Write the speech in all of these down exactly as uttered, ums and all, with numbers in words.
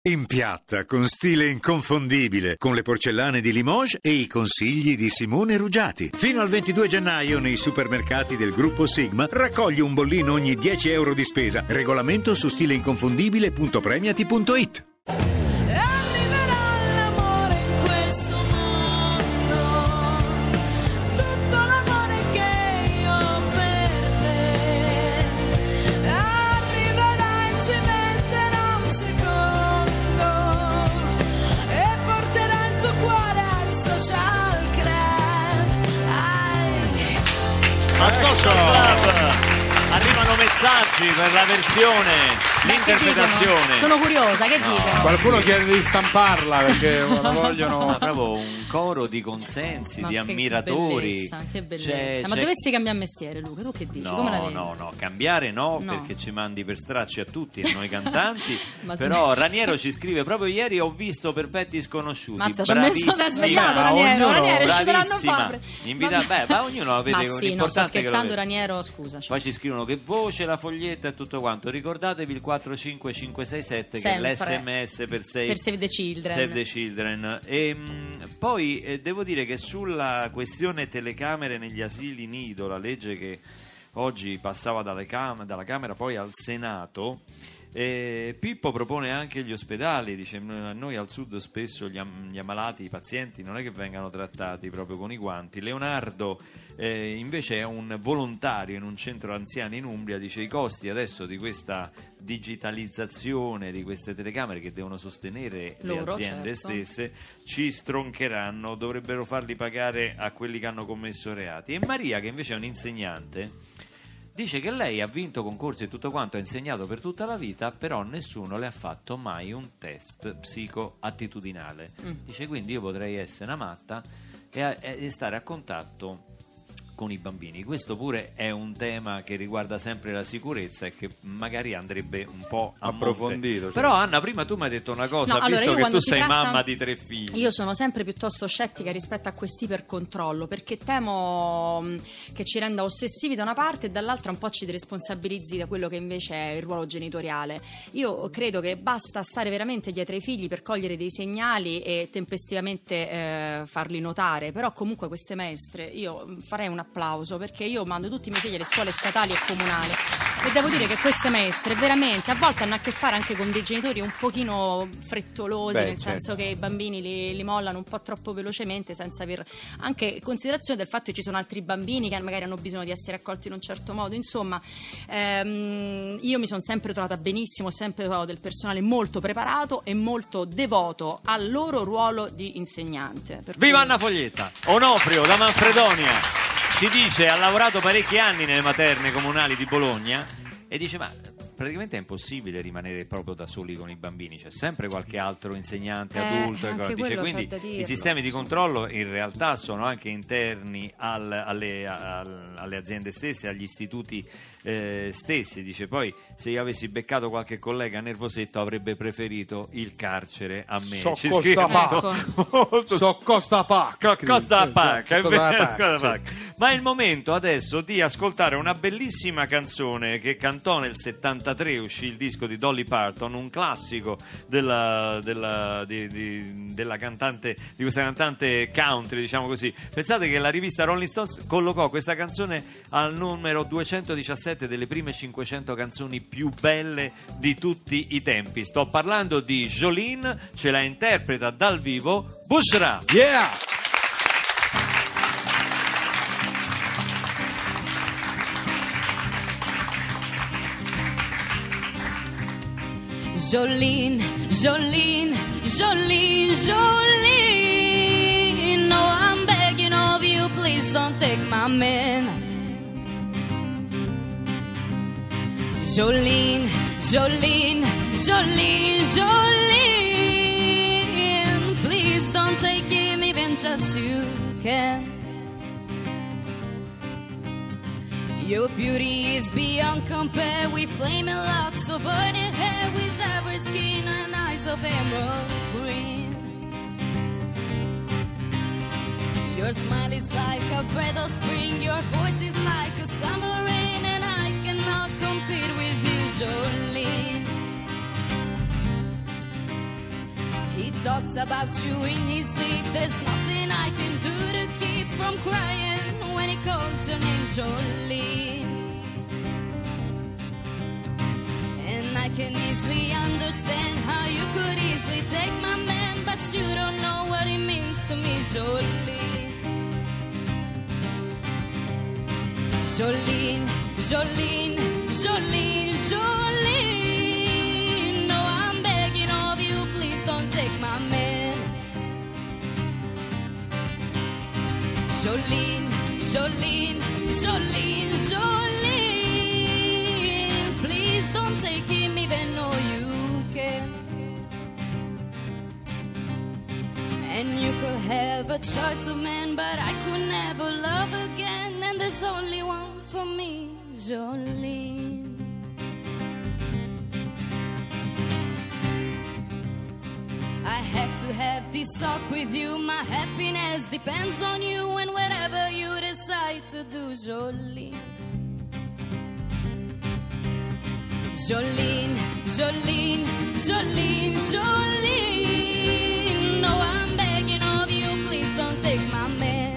In piatta, con stile inconfondibile, con le porcellane di Limoges e i consigli di Simone Ruggiati. Fino al ventidue gennaio nei supermercati del gruppo Sigma raccogli un bollino ogni dieci euro di spesa. Regolamento su stileinconfondibile punto premiati punto it. Al Social Club arrivano messaggi per la versione, Beh, l'interpretazione. Sono curiosa, che no. dicono? Qualcuno chiede di stamparla perché la vogliono. Ma proprio un coro di consensi, Ma di che ammiratori. Bellezza, che bellezza. C'è, Ma c'è... dovessi cambiare mestiere, Luca, tu che dici? No, Come la vedi? no, no, cambiare no, No. perché ci mandi per stracci a tutti, a noi cantanti. Ma Però smetti. Raniero ci scrive: proprio ieri ho visto Perfetti Sconosciuti. Mazza, ci ho messo da svegliato Ma Raniero. ognuno- Raniero è uscito l'anno fa. Bravissima. Invita... Beh, ma ognuno vede Ma un sì, no, sto importante che lo scherzando, vede. Raniero, scusa. cioè. Poi ci scrivono che voce, la foglietta e tutto quanto. Ricordatevi il quattro cinque cinque sei sette che è Sempre. l'esse emme esse per Save, Per Save the Children. Save the Children. E, mh, poi eh, devo dire che sulla questione telecamere negli asili nido, la legge che oggi passava dalle cam- dalla Camera poi al Senato, eh, Pippo propone anche gli ospedali. Dice: a noi al sud spesso gli, am- gli ammalati, i pazienti non è che vengano trattati proprio con i guanti. Leonardo eh, invece è un volontario in un centro anziani in Umbria. Dice: i costi adesso di questa digitalizzazione di queste telecamere che devono sostenere Loro, le aziende certo. stesse ci stroncheranno, dovrebbero farli pagare a quelli che hanno commesso reati. E Maria, che invece è un'insegnante, dice che lei ha vinto concorsi e tutto quanto, ha insegnato per tutta la vita, però nessuno le ha fatto mai un test psicoattitudinale. Mm. Dice: quindi io potrei essere una matta e, e stare a contatto con i bambini. Questo pure è un tema che riguarda sempre la sicurezza e che magari andrebbe un po' a approfondito. monte. Però Anna, prima tu mi hai detto una cosa, No, allora, visto io che quando tu si sei tratta- mamma di tre figli. Io sono sempre piuttosto scettica rispetto a questo ipercontrollo, perché temo mh, che ci renda ossessivi da una parte e dall'altra un po' ci deresponsabilizzi da quello che invece è il ruolo genitoriale. Io credo che basta stare veramente dietro ai figli per cogliere dei segnali e tempestivamente eh, farli notare. Però comunque queste maestre, io farei un applauso, perché io mando tutti i miei figli alle scuole statali e comunali e devo dire che queste maestre veramente a volte hanno a che fare anche con dei genitori un pochino frettolosi. Beh, nel certo. senso che i bambini li, li mollano un po' troppo velocemente senza aver anche considerazione del fatto che ci sono altri bambini che magari hanno bisogno di essere accolti in un certo modo. Insomma, ehm, io mi sono sempre trovata benissimo, ho sempre trovato del personale molto preparato e molto devoto al loro ruolo di insegnante. Per Viva cui- Anna Foglietta! Onofrio da Manfredonia ci dice: ha lavorato parecchi anni nelle materne comunali di Bologna e dice: ma praticamente è impossibile rimanere proprio da soli con i bambini, c'è sempre qualche altro insegnante Eh, adulto e anche cosa. Dice, quello quindi c'è da dirlo. i sistemi di controllo in realtà sono anche interni al- alle, al- alle aziende stesse, agli istituti eh, stessi. Dice: poi se io avessi beccato qualche collega nervosetto avrebbe preferito il carcere a me. So Ci costa scrive pacca. molto- So costa pacca. Co- Costa pacca, è Costa vero, pacca, costa sì. pacca. Ma è il momento adesso di ascoltare una bellissima canzone che cantò nel settantatré, uscì il disco di Dolly Parton, un classico della, della, di, di, della cantante, di questa cantante country, diciamo così. Pensate che la rivista Rolling Stones collocò questa canzone al numero duecentodiciassette delle prime cinquecento canzoni più belle di tutti i tempi. Sto parlando di Jolene, ce la interpreta dal vivo Bushra. Yeah! Jolene, Jolene, Jolene, Jolene. No, I'm begging of you, please don't take my man. Jolene, Jolene, Jolene, Jolene. Please don't take him, even just you can. Your beauty is beyond compare, with flaming locks of burning hair, with every skin and eyes of emerald green. Your smile is like a breath of spring, your voice is like a summer rain, and I cannot compete with you, Jolene. talks about you in his sleep. There's nothing I can do to keep from crying when he calls your name, Jolene. And I can easily understand how you could easily take my man, but you don't know what he means to me, Jolene. Jolene, Jolene, Jolene, Jolene. No, I'm begging of you, please don't take my man. Jolene, Jolene, Jolene, Jolene. Please don't take him even though you can. And you could have a choice of men, but I could never love again. And there's only one for me, Jolene. I had to have this talk with you. My happiness depends on you and whatever you decide to do, Jolene. Jolene, Jolene, Jolene, Jolene. No, I'm begging of you, please don't take my man.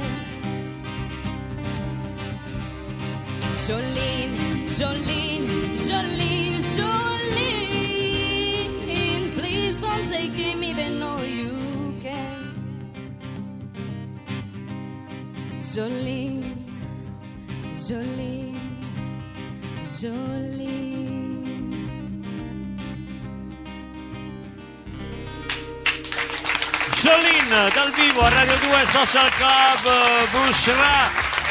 Jolene, Jolene, Jolene, Jolene. Please don't take him even though you can. Jolene, Jolene, Jolene. Jolene dal vivo a Radio due Social Club Bushra.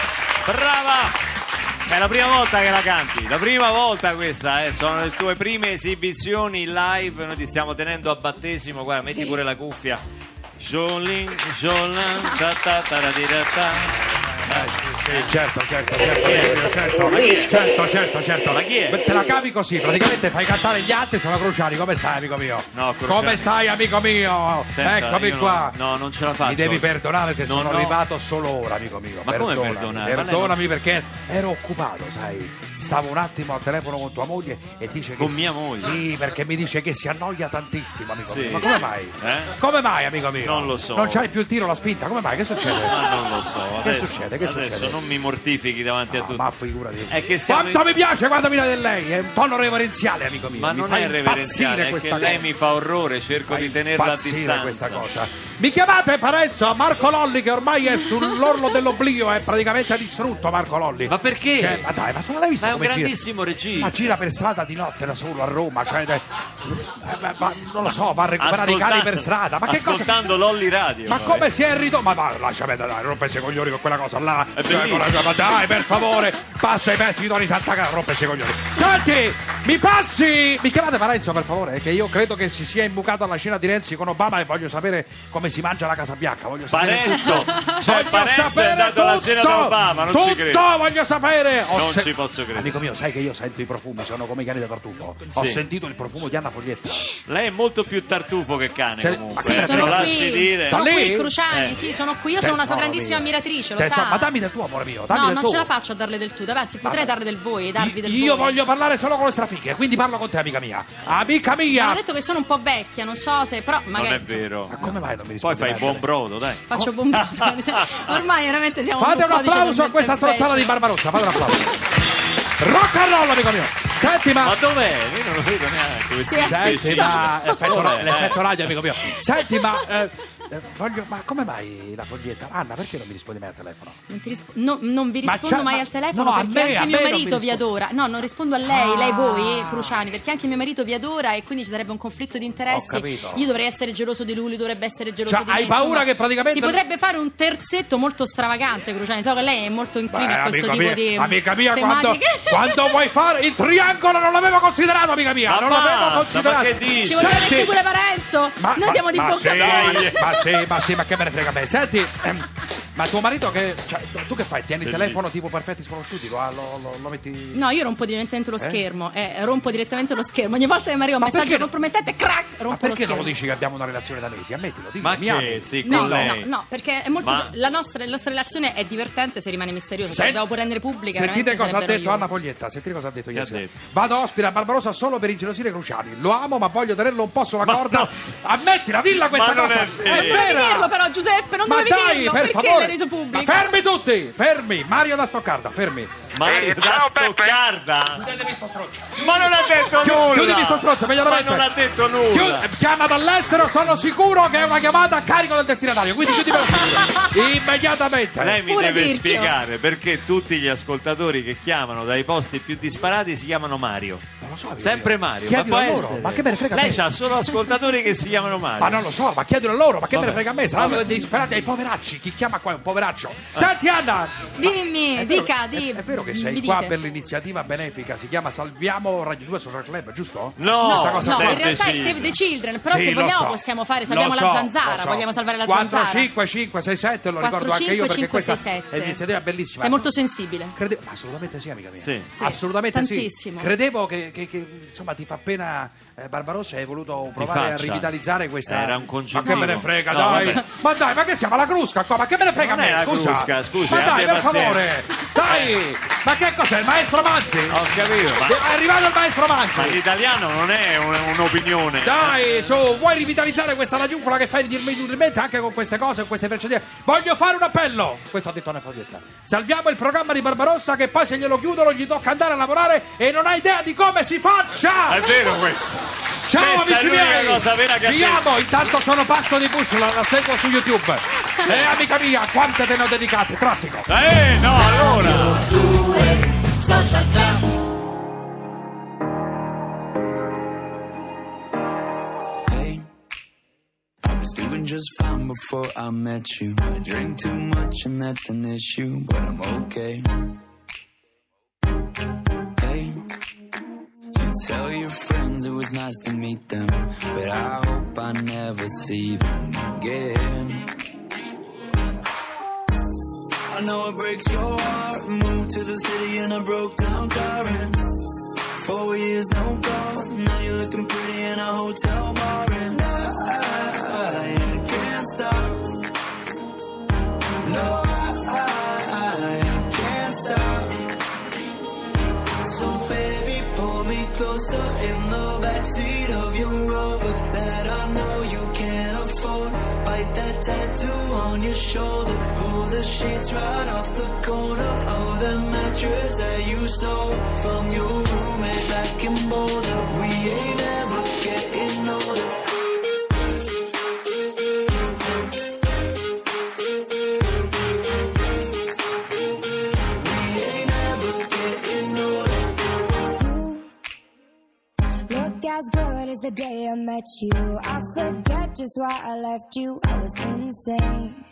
Brava! È la prima volta che la canti, la prima volta questa, eh. Sono le tue prime esibizioni live, noi ti stiamo tenendo a battesimo, guarda, metti pure la cuffia. Jolene, Jolene, ta ta ta ta ta ta. Sì, certo, certo, certo, certo, certo, certo, certo. Ma chi è? Te la cavi così, praticamente fai cantare gli altri, sono Cruciani. Come stai, amico mio? No, Cruciani. Come stai, amico mio? Senta, Eccomi io qua. No, no, non ce la faccio. Mi devi perdonare se Non sono ho- arrivato solo ora, amico mio. Ma come Perdonami, perdonare? Ma lei Perdonami non- perché ero occupato, sai. Stavo un attimo al telefono con tua moglie e dice che Con si- mia moglie? Sì, perché mi dice che si annoia tantissimo, amico Sì. mio. Ma come mai? Eh? Come mai, amico mio? Non lo so. Non c'hai più il tiro, la spinta? Come mai? Che succede? Ma non lo so, Che adesso, succede? Che adesso succede? non mi mortifichi davanti a No, tutti. ma figurati. È che siamo Quanto in- mi piace quando mi dà di lei, è un tono reverenziale, amico mio. Ma mi non fa è reverenziale, impazzire è che questa lei cosa. mi fa orrore, cerco Fa di tenerla a impazzire distanza. questa cosa. Mi chiamate Parenzo, Marco Lolli che ormai è sull'orlo dell'oblio, è praticamente distrutto Marco Lolli. Ma perché? Cioè, ma dai, ma tu non l'hai visto Ma è un come gira? grandissimo regista. Ma gira per strada di notte da solo a Roma, cioè, eh, ma, ma non lo so, va a recuperare i cani per strada. Ma che cosa? ascoltando Lolli Radio. Ma come si è ridotto? Ma va, lasciami dai, rompere i coglioni con quella cosa là. È Cioè, bellissimo. con la- ma dai, per favore, passa i pezzi di Tony Sant'Agata, rompere i coglioni. Senti, mi passi, mi chiamate Parenzo per favore, che io credo che si sia imbucato alla cena di Renzi con Obama e voglio sapere come si mangia la Casa Bianca. Voglio sapere Parenzo, tutto. cioè Voglio Parenzo è sapere andato alla tutto, cena da Obama, non tutto ci credo. voglio sapere. Ho Non ci posso credere. Amico mio, sai che io sento i profumi, sono come i cani da tartufo. Ho Sì. sentito il profumo di Anna Foglietta. Lei è molto più tartufo che cane Cioè, comunque. ma Sì, Eh, Te sono lo qui. lasci dire. Sono Sta lì? qui, Cruciani, Eh. sì, sono qui. Io sono una sua Tesoro grandissima mio. ammiratrice, lo Tesoro, sa. Ma dammi del tuo, amore mio, dammi No, del non tuo. ce la faccio a darle del tu, anzi potrei darle del voi, darvi del Io voi. voglio parlare solo con le strafighe, quindi parlo con te, amica mia. Amica Mi mia! hanno detto che sono un po' vecchia, non so se, però Non magari è vero. Ma come mai non mi Poi rispondi? fai il buon brodo, dai. faccio bombato. Ormai veramente siamo Fate su un codice applauso del a questa Mental strozzata di Fashion. Barbarossa, fate un applauso. Rock and roll, amico mio. Senti, ma... Ma dov'è? Io non lo vedo neanche. questo Sì, imbecille. Senti, ma... L'effetto, Dov'è? l'effetto radio, amico mio. Senti, ma... eh, eh, voglio... Ma come mai la foglietta? Anna, perché non mi rispondi mai al telefono? Non, ti rispo- no, non vi Ma rispondo c'è- mai ma- al telefono no, a perché me- a anche mio me non marito mi vi rispondi. adora. No, non rispondo a lei, Ah. lei voi, Cruciani, perché anche mio marito vi adora e quindi ci sarebbe un conflitto di interessi. Ho capito. Io dovrei essere geloso di lui, lui dovrebbe essere geloso Cioè, di me. hai paura insomma. che praticamente- Si potrebbe fare un terzetto molto stravagante, Cruciani. So che lei è molto incline Beh, a questo amica tipo mia, di amica mia, quando, tematiche. quando vuoi fare il triangolo non l'avevo considerato, amica mia, Ma non l'avevo basta, considerato. ma che dici? Ci voglio Senti- mettere pure Parenzo. Ma- Noi ma- siamo di ma bocca sì, buona. ma sì, ma sì, ma che me ne frega a me. Senti, ehm, Ma tuo marito che... Cioè, tu che fai? Tieni il telefono tipo Perfetti Sconosciuti? Lo, lo, lo, lo metti... No, io rompo direttamente lo Eh? schermo. Eh, rompo direttamente lo schermo. Ogni volta che mi arriva un Ma messaggio perché- compromettente, crack, Ma rompo lo perché non schermo. lo dici che abbiamo una relazione da mesi? Ammettilo, dillo, Ma mi che ami. sì, No, con no, lei. no, perché è molto Ma- la, nostra, la nostra relazione è divertente se rimane misteriosa. Se Sent- la dobbiamo rendere pubblica. Sentite veramente cosa ha sarebbe detto Anna noioso. Foglietta, sentite cosa ha detto Che ieri ha sera. detto? Vado ospite a Barbarossa solo per ingelosire Cruciani. Lo amo, ma voglio tenerlo un po' sulla Ma corda. no. Ammettila, dilla questa Ma non cosa. è vero. Non dovevi vera. dirlo però, Giuseppe, non Ma dovevi dai, dirlo. per Perché favore. l'hai reso pubblico? Ma fermi tutti, fermi. Mario da Stoccarda, fermi. Mario Eh, da ciao, Peppe. Stoccarda. Chiudetevi sto stronzo. Ma non ha detto Chiu- nulla. chiudimi sto stronzo, Ma immediatamente. non ha detto nulla. Chiud- chiama dall'estero, sono sicuro che è una chiamata a carico del destinatario. Quindi chiudi per immediatamente. Lei mi Pure deve Dirchio. spiegare perché tutti gli ascoltatori che chiamano dai posti più disparati si chiamano Mario. Non lo so, io- Sempre Mario. Chiedilo ma a può loro, essere. ma che me ne frega a Lei me? c'ha solo ascoltatori che si chiamano Mario. Ma non lo so, ma chiedilo a loro, ma che me ne Vabbè. frega a me? Saranno Vabbè. dei disperati ai poveracci. Chi chiama qua è un poveraccio. Senti Anna! Dimmi, Ma è vero- dica, è- di- È, vero che sei mi qua dite. per l'iniziativa benefica, si chiama Salviamo Radio due Social Club, giusto? No, Questa No, cosa no, qua. in Save realtà the è Save the Children. Children, però Sì, se lo vogliamo so. possiamo fare, Lo salviamo so, la lo zanzara, so. vogliamo salvare la quattro, zanzara. cinque, cinque, sei, sette, lo ricordo quattro, anche io perché cinque, questa sei, sette. è un'iniziativa bellissima. Sei molto sensibile. Crede- ma assolutamente sì, amica mia. Sì. Sì, Assolutamente tantissimo. sì. Credevo che, che- che, insomma ti fa pena eh, Barbarossa e hai voluto provare a faccia. rivitalizzare questa. Era un congiuntivo. Ma che me ne frega, No, dai. vabbè. Ma dai, ma che siamo alla crusca qua? Ma che me ne frega Non a è me? la Scusa. crusca, scusi, Ma dai, abbia per pazienza. favore. Dai. Ma che cos'è? Il maestro Manzi? Ho capito, ma, È arrivato il maestro ma Manzi. l'italiano non è un- un'opinione. Dai, su, vuoi rivitalizzare questa radiuncola che fai inutilmente anche con queste cose, con queste frecciatine? Voglio fare un appello. Questo ha detto Anna Foglietta. Salviamo il programma di Barbarossa che poi se glielo chiudono gli tocca andare a lavorare e non ha idea di come si faccia. È vero questo. Ciao Questa è amici l'unica miei. cosa vera che ha Vi detto. amo, intanto sono Pazzo di Bush, la, la seguo su YouTube. E amica mia, quante te ne ho dedicate? Traffico. Eh, no, allora. Hey, I was doing just fine before I met you. I drink too much and that's an issue, but I'm okay. Hey, you tell your friends it was nice to meet them, but I hope I never see them again. I know it breaks your heart. Moved to the city in a broke down car and four years no calls. Now you're looking pretty in a hotel bar and I, I can't stop. No, I, I can't stop. So baby, pull me closer in the backseat of your Rover that I know you can't afford. Bite that tattoo on your shoulder. Pull the sheets right off the corner of the mattress that you stole from your roommate back in Boulder. We ain't ever getting older. We ain't ever getting older. Look as good as the day I met you. I forget just why I left you. I was insane.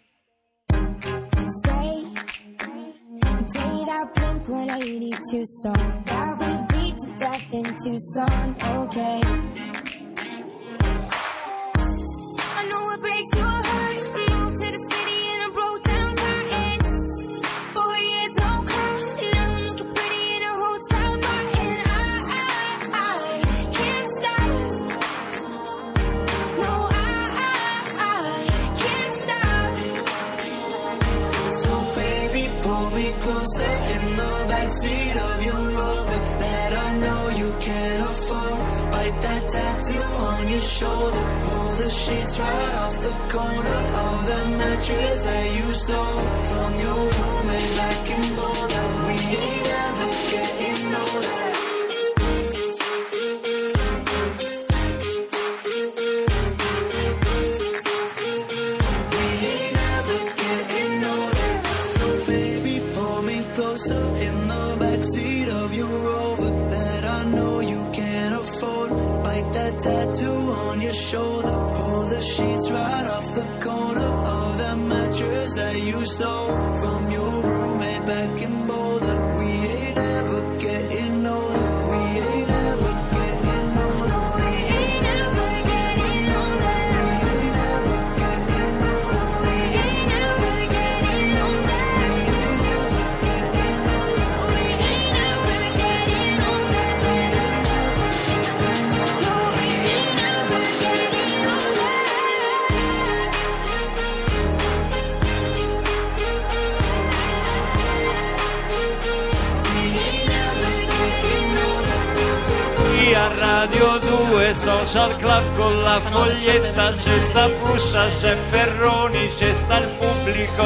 Stay and play that Blink one eighty-two song that we beat to death in Tucson. Okay. I know it breaks your heart. Moved to the city in a broke down car and four years no call. Now I'm looking pretty in a hotel bar and I, I, I can't stop. No, I, I, I can't stop. So baby, pull me closer in the backseat of your Rover that I know you can't afford. Bite that tattoo on your shoulder. Pull the sheets right off the corner of the mattress that you stole from your roommate back in Boulder. We ain't ever getting older. We ain't ever getting older. So baby, pull me closer in the backseat of your Rover that I know you can't afford. Bite that tattoo on your shoulder. Pull the sheets right off the corner of the mattress that you stole from your roommate back in Boulder. We ain't ever getting older. We ain't ever getting older. We ain't never getting older. We ain't ever getting older. We ain't never getting Radio due, Social Club con la foglietta, c'è sta Buscia, c'è Ferroni, c'è sta il pubblico.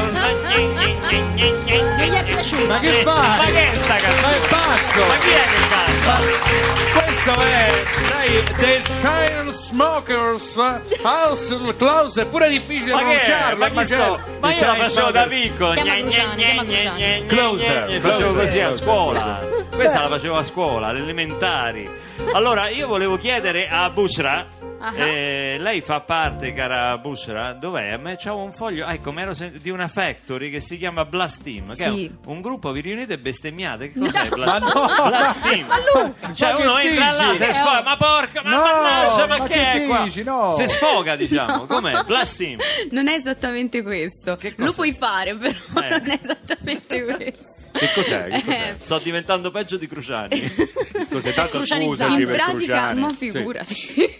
Non gli è piaciuto? Ma che fai? Ma che è sta canzone? Ma è pazzo! Ma chi è che canta? Questo è, sai, The Chainsmokers House Close, è pure difficile Ma che è? pronunciarlo. Ma chi so? Ma io la facevo da piccolo. Chiama Gne, Cruciani, gne, chiama gne, Cruciani. gne, gne, Closer, gne, gne, facevo closer, così a closer. scuola. Questa la facevo a scuola, alle elementari. Allora, io volevo chiedere a Bushra, Ah. eh, lei fa parte, cara Bushra, dov'è? A me c'avevo un foglio, ecco, m'ero sen- di una factory che si chiama Blast Team, che Sì. è un gruppo, vi riunite e bestemmiate. Che cos'è No. Blast, Ma no. Blast Team? Cioè Ma che uno entra là, dici? si sfoga, ma porca, ma No, mannaggia, ma, ma che, che è qua? dici? No. Si sfoga, diciamo, com'è? Blast Team. Non è esattamente questo. Che cosa? Lo puoi fare, però Eh. non è esattamente questo. Che cos'è? Che cos'è? Eh, Sto diventando peggio di Cruciani. Cos'è? Tanto Crucianizzato. scusaci in per pratica, Cruciani. ma Sì. figurati.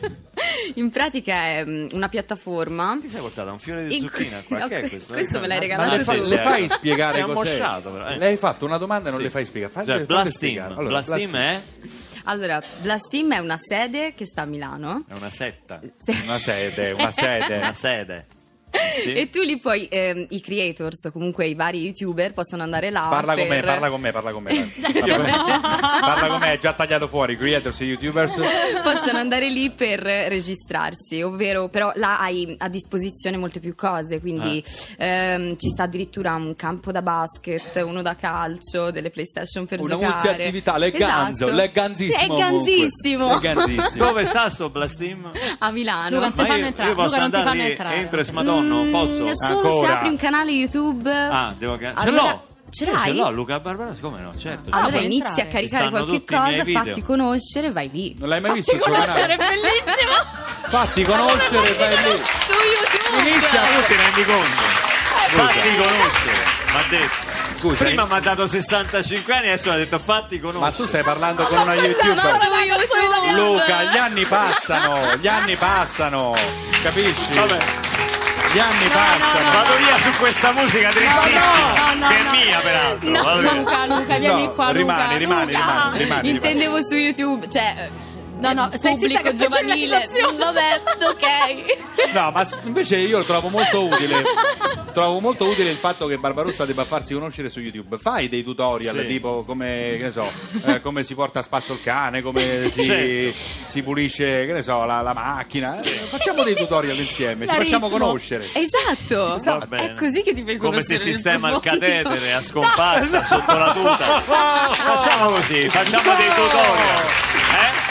In pratica è mm, una piattaforma. Ti sei portata un fiore di in zucchina cui- qua? Che no, è questo? questo me l'hai Ma regalato. le, fa- sì, le sì, fai ecco. spiegare Sei cos'è? ammosciato, però, eh. Lei hai fatto una domanda e non Sì. le fai spiegare. Fai, Cioè, fai Blast spiegare. Team. Allora, Blast Blast Team è? Allora, Blast Team è una sede che sta a Milano. È una setta. Una sede, una sede. Una sede. Sì. E tu li puoi, ehm, i creators, comunque i vari youtuber possono andare là. Parla con per- me, parla con me, parla con me. Parla con me, parla con me, è già tagliato fuori, creators e youtubers. Possono andare lì per registrarsi, ovvero però là hai a disposizione molte più cose, quindi ehm, ci sta addirittura un campo da basket, uno da calcio, delle PlayStation per Una giocare. multiattività, le ganzo, Esatto. le ganzissimo. È ganzissimo. È ganzissimo. Dove sta sto Blast Team? A Milano. Luca, ti Ma fanno io, entrare. io posso Luca, non ti andare fanno lì, entrare. entro e smadonno, posso? Mm, solo se Ancora? apri un canale YouTube. Ah, devo che... Ce Allora, l'ho! ce Io l'hai? Ce l'ho, Luca Barbara, come no? Certo. Allora puoi inizi entrare. a caricare Stanno qualche tutti i miei cosa, video. fatti conoscere, vai lì. Non l'hai mai Fatti visto il suo conoscere, canale? bellissimo! Fatti conoscere, vai lì. Su YouTube. Inizia, tu ti rendi conto? Fatti conoscere, m'ha detto. Scusa, Prima eh, mi ha dato sessantacinque anni, adesso mi ha detto fatti conoscere. ma tu stai parlando con una youtuber. Su YouTube. Luca, gli anni passano, gli anni passano, capisci? Vabbè. Gli anni passano. Vado via su questa musica tristissima, no, no, che è no. mia peraltro. Vado via. Luca, Luca, vieni No, qua, Luca. rimani, rimani, Luca. rimani, rimani. Intendevo su YouTube, cioè No, no, stai zitta pubblico che peggiori la giovanile. situazione. Non l'ho detto, ok. No, ma s- invece io lo trovo molto utile. Trovo molto utile il fatto che Barbarossa debba farsi conoscere su YouTube. Fai dei tutorial Sì. tipo come, che ne so, eh, come si porta a spasso il cane, come si, Certo. si pulisce, che ne so, la, la macchina. Eh, facciamo dei tutorial insieme, ci Da facciamo ritmo. conoscere. Esatto. Va bene. È così che ti fai Come conoscere si nel sistema il profondo. catetere a scomparsa sotto la tuta. Facciamo così, facciamo dei tutorial. Eh?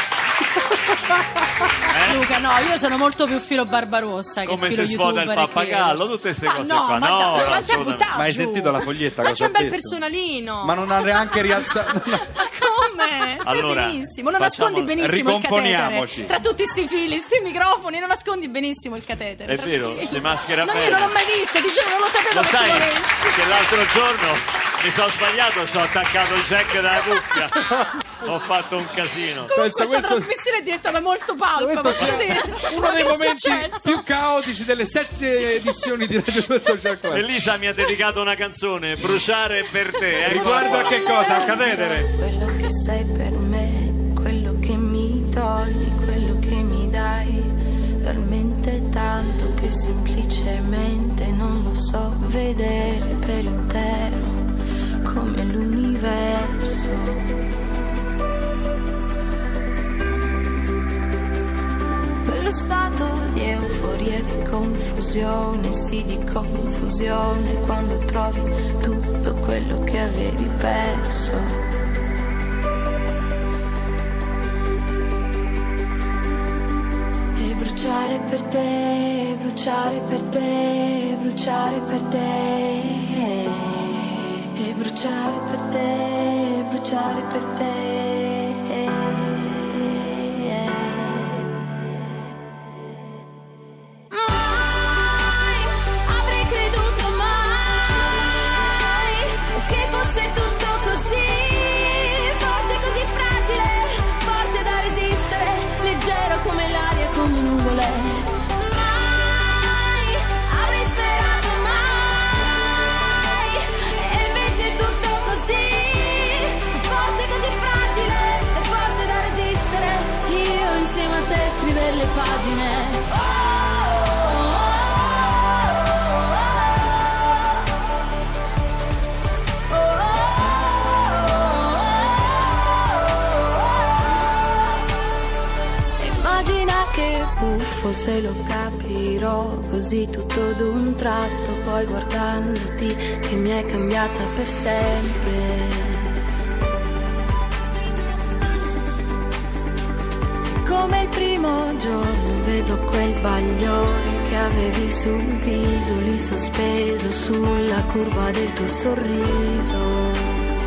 Luca, no, io sono molto più filo Barbarossa che Come filo si svuota il youtuber e pappagallo, creators. tutte queste Ma cose no, qua. ma No, da- no, ma te assolutamente. buttato Ma hai giù. sentito la foglietta Ma cosa c'è un ha bel detto? personalino. Ma non ha neanche rialzato. Ma come? Stai Allora, benissimo, non facciamo- nascondi benissimo il catetere. ricomponiamoci. Tra tutti sti fili, sti microfoni, non nascondi benissimo il catetere. È Tra vero, tutti- si maschera No, bene. io non l'ho mai visto, dicevo, non lo sapevo Lo che sai tu volessi. che l'altro giorno mi sono sbagliato, ci ho attaccato il jack della cuffia. Ho fatto un casino. Comunque Pensa, questa questo- trasmissione è diventata molto palpa, Questo posso sia dire? uno Ma dei che è momenti successo? più caotici delle sette edizioni di Radio due Social Club. Elisa mi ha dedicato una canzone, Bruciare per te. Ecco. Riguardo a che cosa? Al catetere? Quello che sei per me, quello che mi togli, quello che mi dai, talmente tanto che semplicemente non lo so vedere per intero, come l'universo. Quello stato di euforia e di confusione, sì di confusione, quando trovi tutto quello che avevi perso. E bruciare per te, bruciare per te, bruciare per te. E bruciare per te, bruciare per te. Mai avrei creduto mai che fosse tutto così forte, così fragile, forte da resistere, leggero come l'aria, come nuvole. Mai avrei sperato mai, e invece tutto così forte, così fragile, chissà se lo capirò così tutto d'un tratto, poi guardandoti che mi hai cambiata per sempre. Come il primo giorno vedo quel bagliore che avevi sul viso, lì sospeso sulla curva del tuo sorriso.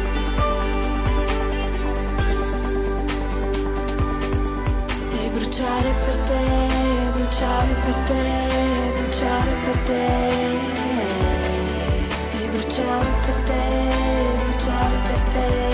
E bruciare per te, bruciare per te, bruciare per te. E bruciare per te, bruciare per te.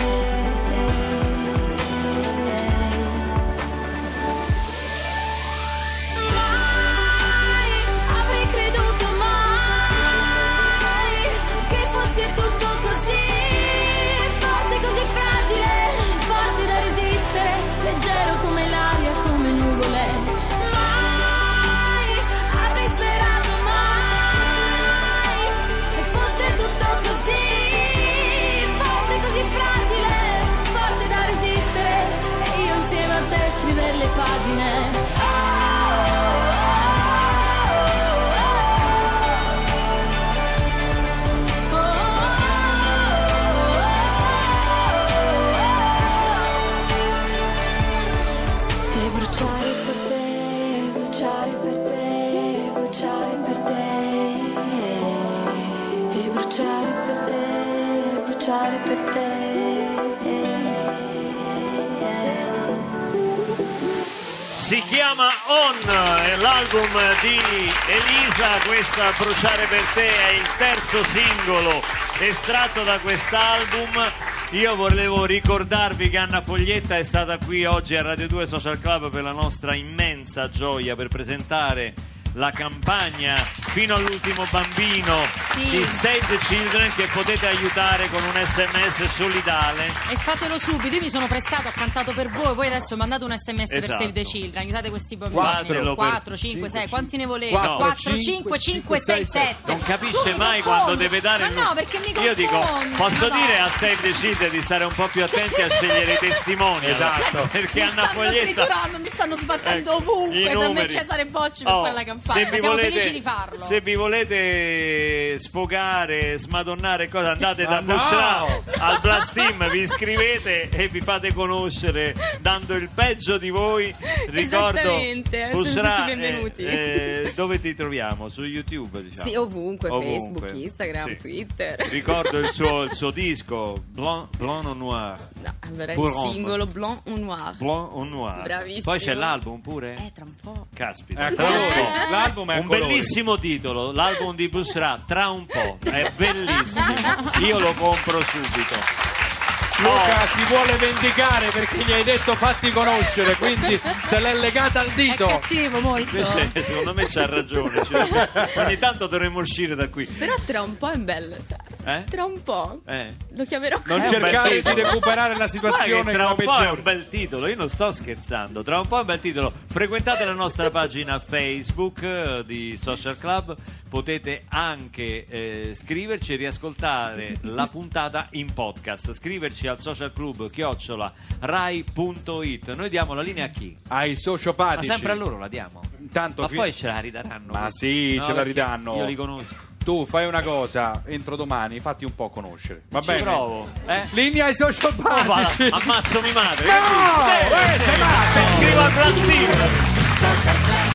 Le pagine. E bruciare per te, bruciare per te, bruciare per te. E bruciare per te, bruciare per te. Si chiama On, è l'album di Elisa, questa Bruciare per te è il terzo singolo estratto da quest'album. Io volevo ricordarvi che Anna Foglietta è stata qui oggi a Radio due Social Club per la nostra immensa gioia, per presentare la campagna Fino all'ultimo bambino Sì. di Save the Children, che potete aiutare con un sms solidale. E fatelo subito, io mi sono prestato, ho cantato per voi, poi adesso mandate un sms per Esatto. Save the Children, aiutate questi bambini. Fatelo per- quattro, cinque, sei, quanti ne volete? quattro, quattro, cinque, cinque, sei, sette. Non capisce mai quando deve dare il Ma no, perché mi Io dico, confondo. posso Madonna. dire a Save the Children di stare un po' più attenti a scegliere i testimoni. Esatto. Perché Mi Anna stanno Foglietta triturando, mi stanno sbattendo Ecco, ovunque i per me numeri. Cesare Bocci per Oh, fare la campagna, se ma vi siamo volete- felici di farlo. Se vi volete sfogare, smadonnare cose, andate da Ah, no! Bushra al Blast Team, vi iscrivete e vi fate conoscere dando il peggio di voi. Ricordo, Esattamente, Bushra, siete tutti benvenuti. eh, eh, dove ti troviamo? Su YouTube, diciamo. Sì, ovunque, Ovunque. Facebook, Instagram, Sì. Twitter. Ricordo il suo, il suo disco Blanc, Blanc ou Noir. No, allora Pour il Homme. singolo Blanc ou Noir. Blanc ou Noir. Bravissimo. Poi c'è l'album pure? Eh, tra un po'. Caspita. È a tra un colori. po'. L'album è a Un colori. bellissimo titolo, l'album di Bushra, Tra un po', è bellissimo, io lo compro subito. Luca si vuole vendicare perché gli hai detto fatti conoscere, quindi se l'è legata al È dito. cattivo molto. Invece secondo me c'ha ragione, cioè, ogni tanto dovremmo uscire da qui. Però tra un po' è bello, cioè. Eh? Tra un po'. Eh. Lo chiamerò Non È un cercare bel di titolo. recuperare la Guarda situazione che tra un come po' è peggiore. un bel titolo, io non sto scherzando, tra un po' è un bel titolo. Frequentate la nostra pagina Facebook eh, di Social Club, potete anche eh, scriverci e riascoltare la puntata in podcast. Scriverci al social club chiocciola rai punto it. Noi diamo la linea a chi? Ai Ma sociopatici. sempre a loro la diamo. Tanto Ma fi- poi ce la ridaranno. Ma questi. sì, No, ce la perché ridanno. Io li conosco. Tu fai una cosa, entro domani, fatti un po' conoscere. Va Ci bene? provo. Eh? Linea ai Oh, va, sociopatici. ammazzo mia madre. No! Che dici? Eh, sei matto! Scrivo al Blast Team.